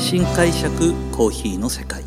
新解釈コーヒーの世界。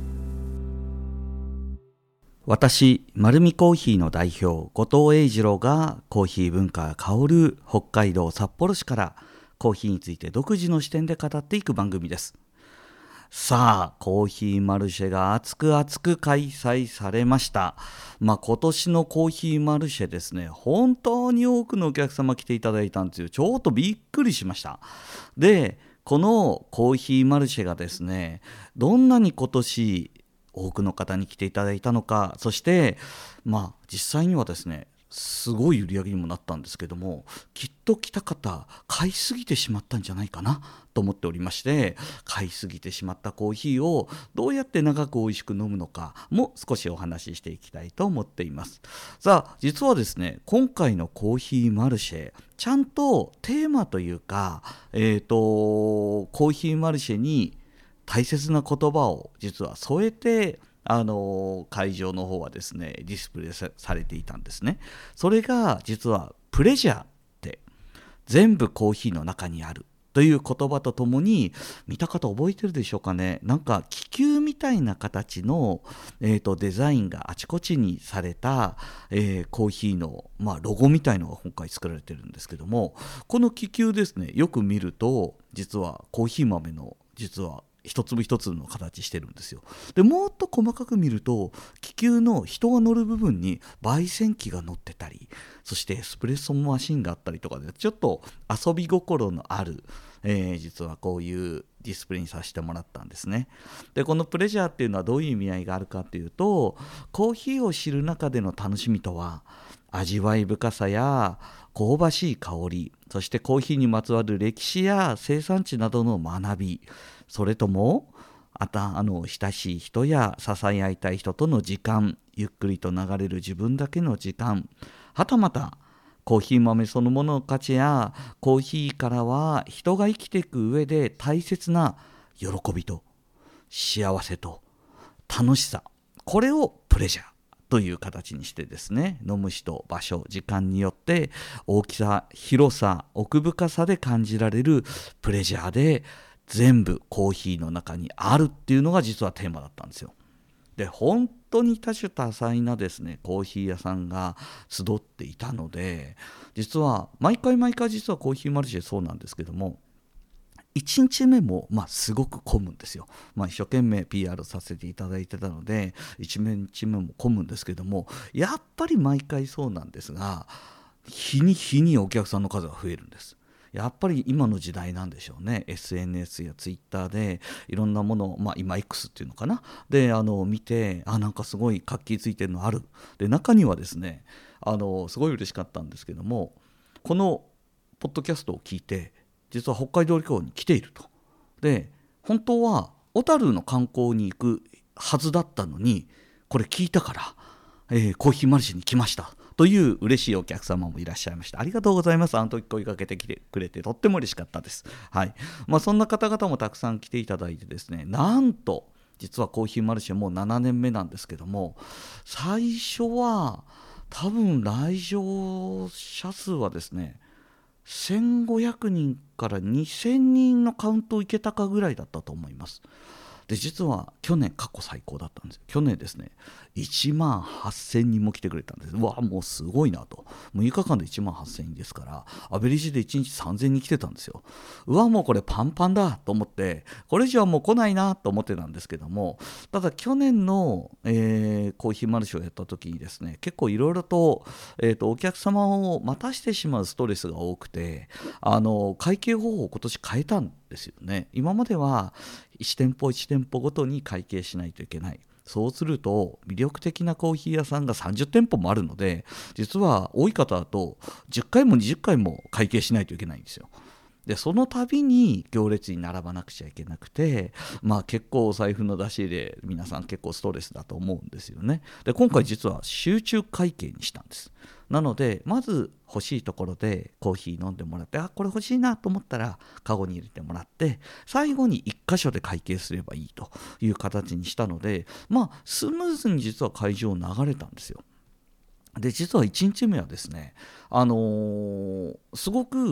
私、丸見コーヒーの代表後藤英二郎がコーヒー文化が香る北海道札幌市からコーヒーについて独自の視点で語っていく番組です。さあ、コーヒーマルシェが熱く開催されました。今年のコーヒーマルシェですね、本当に多くのお客様来ていただいたんですよ。ちょっとびっくりしました。で、このコーヒーマルシェがですね、どんなに今年多くの方に来ていただいたのか、そして実際にはですね、すごい売り上げにもなったんですけども、きっと来た方買いすぎてしまったんじゃないかなと思っておりまして、買いすぎてしまったコーヒーをどうやって長く美味しく飲むのかも少しお話ししていきたいと思っています。さあ、実はですね、今回のコーヒーマルシェ、ちゃんとテーマというか、コーヒーマルシェに大切な言葉を実は添えて会場の方はですねディスプレイされていたんですね。それが実はプレジャーって全部コーヒーの中にあるという言葉とともに、見た方覚えてるでしょうかね。なんか気球みたいな形の、デザインがあちこちにされた、コーヒーの、ロゴみたいのが今回作られてるんですけども、この気球ですね、よく見ると実はコーヒー豆の実は一粒一粒の形してるんですよ。でもっと細かく見ると、気球の人が乗る部分に焙煎機が乗ってたり、そしてエスプレッソマシンがあったりとかで、ちょっと遊び心のある、実はこういうディスプレイにさせてもらったんですね。で、このプレジャーっていうのはどういう意味合いがあるかっていうと、コーヒーを知る中での楽しみとは、味わい深さや香ばしい香り、そしてコーヒーにまつわる歴史や生産地などの学び、それとも親しい人や支え合いたい人との時間、ゆっくりと流れる自分だけの時間、はたまたコーヒー豆そのものの価値や、コーヒーからは人が生きていく上で大切な喜びと幸せと楽しさ、これをプレジャーという形にしてですね、飲む人、場所、時間によって大きさ、広さ、奥深さで感じられるプレジャーで全部コーヒーの中にあるっていうのが実はテーマだったんですよ。で、本当に多種多彩なですねコーヒー屋さんが集っていたので、実は毎回実はコーヒーマルシェそうなんですけども、1日目もすごく混むんですよ。一生懸命 PR させていただいてたので1日目も混むんですけども、やっぱり毎回そうなんですが、日に日にお客さんの数が増えるんです。やっぱり今の時代なんでしょうね。 SNS や Twitter でいろんなものを、今 X っていうのかな、で見て、なんかすごい活気ついてるのある。で、中にはですね、すごい嬉しかったんですけども、このポッドキャストを聞いて実は北海道旅行に来ていると。で、本当は小樽の観光に行くはずだったのに、これ聞いたから、コーヒーマルシェに来ましたという嬉しいお客様もいらっしゃいました。ありがとうございます。あの時声かけてきてくれてとっても嬉しかったです。はい。そんな方々もたくさん来ていただいてですね、なんと実はコーヒーマルシェもう7年目なんですけども、最初は多分来場者数はですね、1500人から2000人のカウントをいけたかぐらいだったと思います。で、実は去年過去最高だったんですよ。去年ですね、1万8000人も来てくれたんです。もうすごいなと。6日間で1万8000人ですから、アベレージで1日3000人来てたんですよ。もうこれパンパンだと思って、これ以上はもう来ないなと思ってたんですけども、ただ去年の、コーヒーマルシェをやった時にですね、結構いろいろと、お客様を待たしてしまうストレスが多くて、会計方法を今年変えたんですよね。今までは1店舗1店舗ごとに会計しないといけない。そうすると魅力的なコーヒー屋さんが30店舗もあるので、実は多い方だと10回も20回も会計しないといけないんですよ。で、その度に行列に並ばなくちゃいけなくて、結構お財布の出し入れ、皆さん結構ストレスだと思うんですよね。で、今回実は集中会計にしたんです。なので、まず欲しいところでコーヒー飲んでもらって、これ欲しいなと思ったらカゴに入れてもらって、最後に1箇所で会計すればいいという形にしたので、スムーズに実は会場を流れたんですよ。で、実は1日目はですね、すごく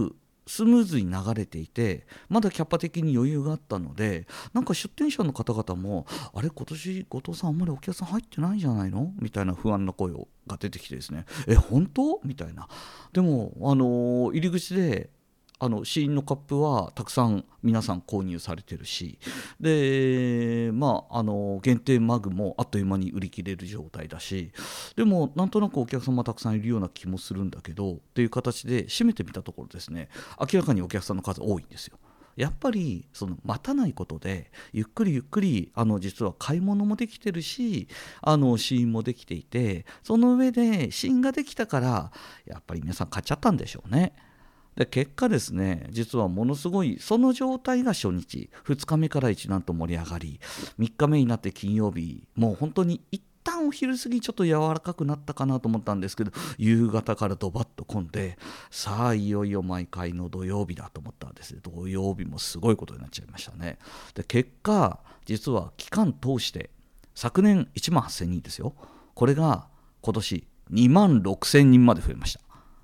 スムーズに流れていて、まだキャパ的に余裕があったので、なんか出店者の方々もあれ今年後藤さんあんまりお客さん入ってないんじゃないのみたいな不安な声が出てきてですね、本当みたいな。でも入り口で試飲のカップはたくさん皆さん購入されてるし、で限定マグもあっという間に売り切れる状態だし、でもなんとなくお客様たくさんいるような気もするんだけどっていう形で締めてみたところですね、明らかにお客さんの数多いんですよ。やっぱりその待たないことでゆっくりゆっくり実は買い物もできてるし試飲もできていて、その上で試飲ができたからやっぱり皆さん買っちゃったんでしょうね。で結果ですね、実はものすごいその状態が初日2日目から一段と盛り上がり、3日目になって金曜日もう本当に一旦お昼過ぎちょっと柔らかくなったかなと思ったんですけど、夕方からドバッと混んで、さあいよいよ毎回の土曜日だと思ったらですね、土曜日もすごいことになっちゃいましたね。で結果実は期間通して昨年1万8000人ですよ、これが今年2万6000人まで増えました。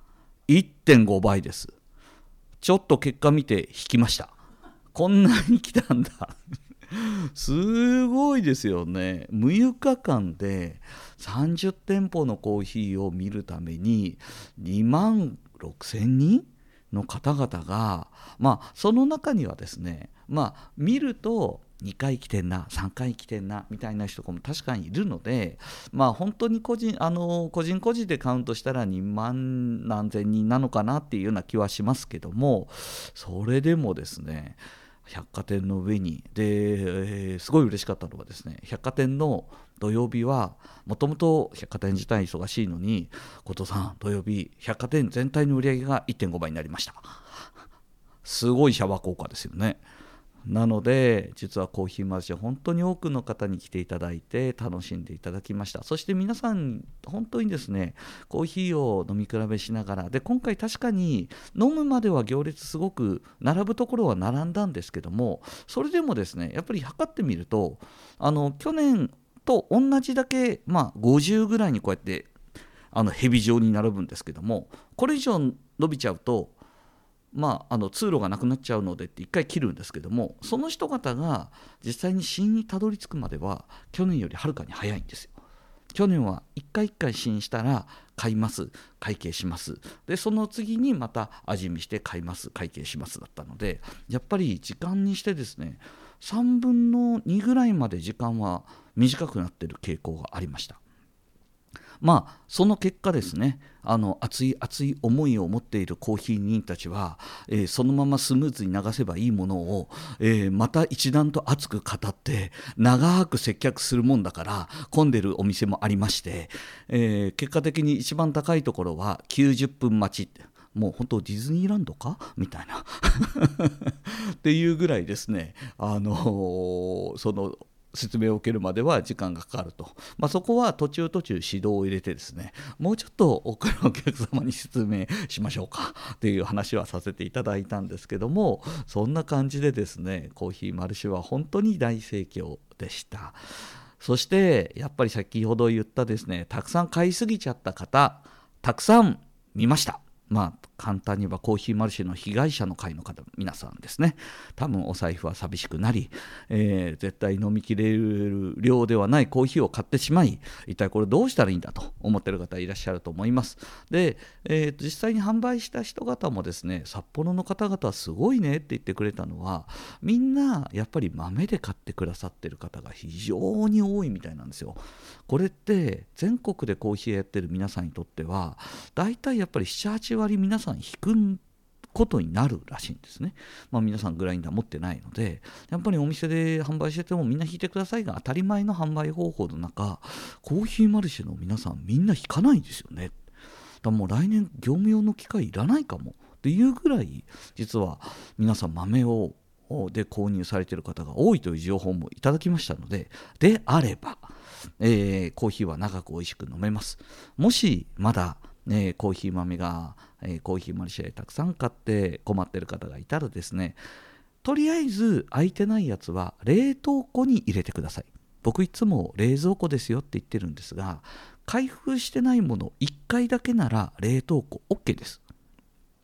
1.5 倍です。ちょっと結果見て引きました。こんなに来たんだすごいですよね。6日間で30店舗のコーヒーを見るために2万6000人の方々が、その中にはですね、見ると2回来てんな3回来てんなみたいな人も確かにいるので、本当に個人個人でカウントしたら2万何千人なのかなっていうような気はしますけども、それでもですね百貨店の上にすごい嬉しかったのはですね、百貨店の土曜日はもともと百貨店自体忙しいのに、後藤さん土曜日百貨店全体の売り上げが 1.5 倍になりました。すごいシャワー効果ですよね。なので実はコーヒーマルシェ本当に多くの方に来ていただいて楽しんでいただきました。そして皆さん本当にですねコーヒーを飲み比べしながらで、今回確かに飲むまでは行列すごく並ぶところは並んだんですけども、それでもですねやっぱり測ってみると去年と同じだけ50ぐらいにこうやって蛇状に並ぶんですけども、これ以上伸びちゃうと通路がなくなっちゃうのでって1回切るんですけども、その人方が実際に試飲にたどり着くまでは去年よりはるかに早いんですよ。去年は1回1回試飲したら買います会計します、でその次にまた味見して買います会計しますだったので、やっぱり時間にしてですね3分の2ぐらいまで時間は短くなっている傾向がありました。その結果ですね熱い熱い思いを持っているコーヒー人たちは、そのままスムーズに流せばいいものを、また一段と熱く語って長く接客するもんだから混んでるお店もありまして、結果的に一番高いところは90分待ち、もう本当ディズニーランドかみたいなっていうぐらいですねその説明を受けるまでは時間がかかると、そこは途中指導を入れてですね、もうちょっと多くのお客様に説明しましょうかっていう話はさせていただいたんですけども、そんな感じでですねコーヒーマルシェは本当に大盛況でした。そしてやっぱり先ほど言ったですね、たくさん買いすぎちゃった方たくさん見ました。簡単に言えばコーヒーマルシェの被害者の会の方皆さんですね、多分お財布は寂しくなり、絶対飲みきれる量ではないコーヒーを買ってしまい、一体これどうしたらいいんだと思っている方いらっしゃると思います。で、実際に販売した人方もですね、札幌の方々はすごいねって言ってくれたのは、みんなやっぱり豆で買ってくださってる方が非常に多いみたいなんですよ。これって全国でコーヒーやってる皆さんにとってはだいたいやっぱり 7,8 割皆さん引くことになるらしいんですね。皆さんグラインダー持ってないので、やっぱりお店で販売しててもみんな引いてくださいが当たり前の販売方法の中、コーヒーマルシェの皆さんみんな引かないんですよね。だからもう来年業務用の機械いらないかもっていうぐらい実は皆さん豆をで購入されている方が多いという情報もいただきましたので、であれば、コーヒーは長く美味しく飲めます。もしまだコーヒー豆が、コーヒーマルシェでたくさん買って困っている方がいたらですね、とりあえず空いてないやつは冷凍庫に入れてください。僕いつも冷蔵庫ですよって言ってるんですが、開封してないもの1回だけなら冷凍庫 OK です。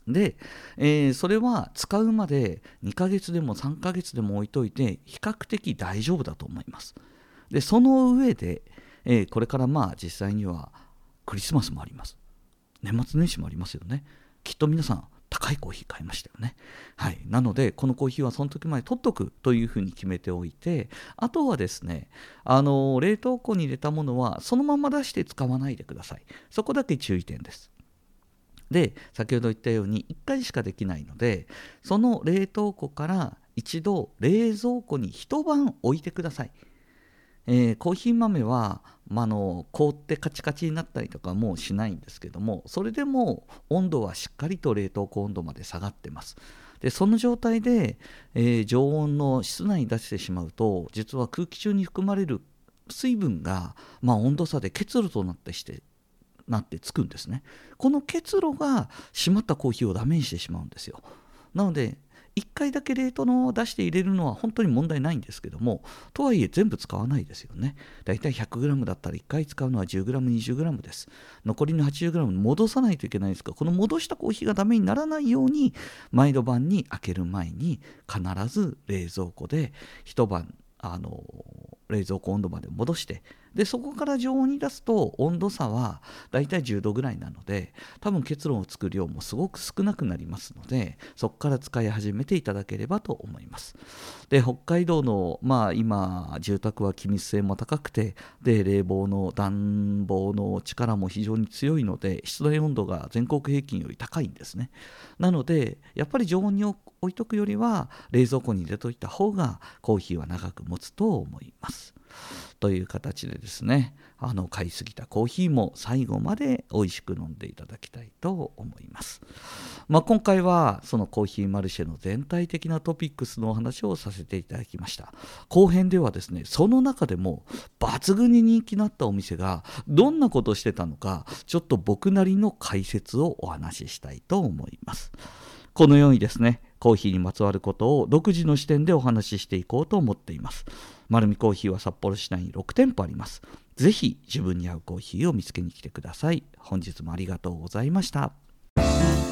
で、それは使うまで2ヶ月でも3ヶ月でも置いといて比較的大丈夫だと思います。でその上で、これから実際にはクリスマスもあります。年末年始もありますよね。きっと皆さん高いコーヒー買いましたよね。はい、なのでこのコーヒーはその時まで取っとくというふうに決めておいて、あとはですね、冷凍庫に入れたものはそのまま出して使わないでください。そこだけ注意点です。で先ほど言ったように1回しかできないので、その冷凍庫から一度冷蔵庫に一晩置いてください。コーヒー豆は、凍ってカチカチになったりとかもしないんですけども、それでも温度はしっかりと冷凍庫温度まで下がってます。でその状態で、常温の室内に出してしまうと、実は空気中に含まれる水分が、温度差で結露となってつくんですね。この結露が締まったコーヒーをダメにしてしまうんですよ。なので1回だけ冷凍のを出して入れるのは本当に問題ないんですけども、とはいえ全部使わないですよね。だいたい 100g だったら1回使うのは 10g、20g です。残りの 80g 戻さないといけないんですが、この戻したコーヒーがダメにならないように、毎度晩に開ける前に必ず冷蔵庫で一晩冷蔵庫温度まで戻して、でそこから常温に出すと温度差はだいたい10度ぐらいなので、多分結露を作る量もすごく少なくなりますので、そこから使い始めていただければと思います。で北海道の、今住宅は気密性も高くて、で暖房の力も非常に強いので、室内温度が全国平均より高いんですね。なのでやっぱり常温に置いとくよりは冷蔵庫に入れといた方がコーヒーは長く持つと思います。という形でですね、買いすぎたコーヒーも最後まで美味しく飲んでいただきたいと思います。今回はそのコーヒーマルシェの全体的なトピックスのお話をさせていただきました。後編ではですね、その中でも抜群に人気のあったお店がどんなことをしてたのか、ちょっと僕なりの解説をお話ししたいと思います。このようにですね、コーヒーにまつわることを独自の視点でお話ししていこうと思っています。丸見コーヒーは札幌市内に6店舗あります。ぜひ自分に合うコーヒーを見つけに来てください。本日もありがとうございました。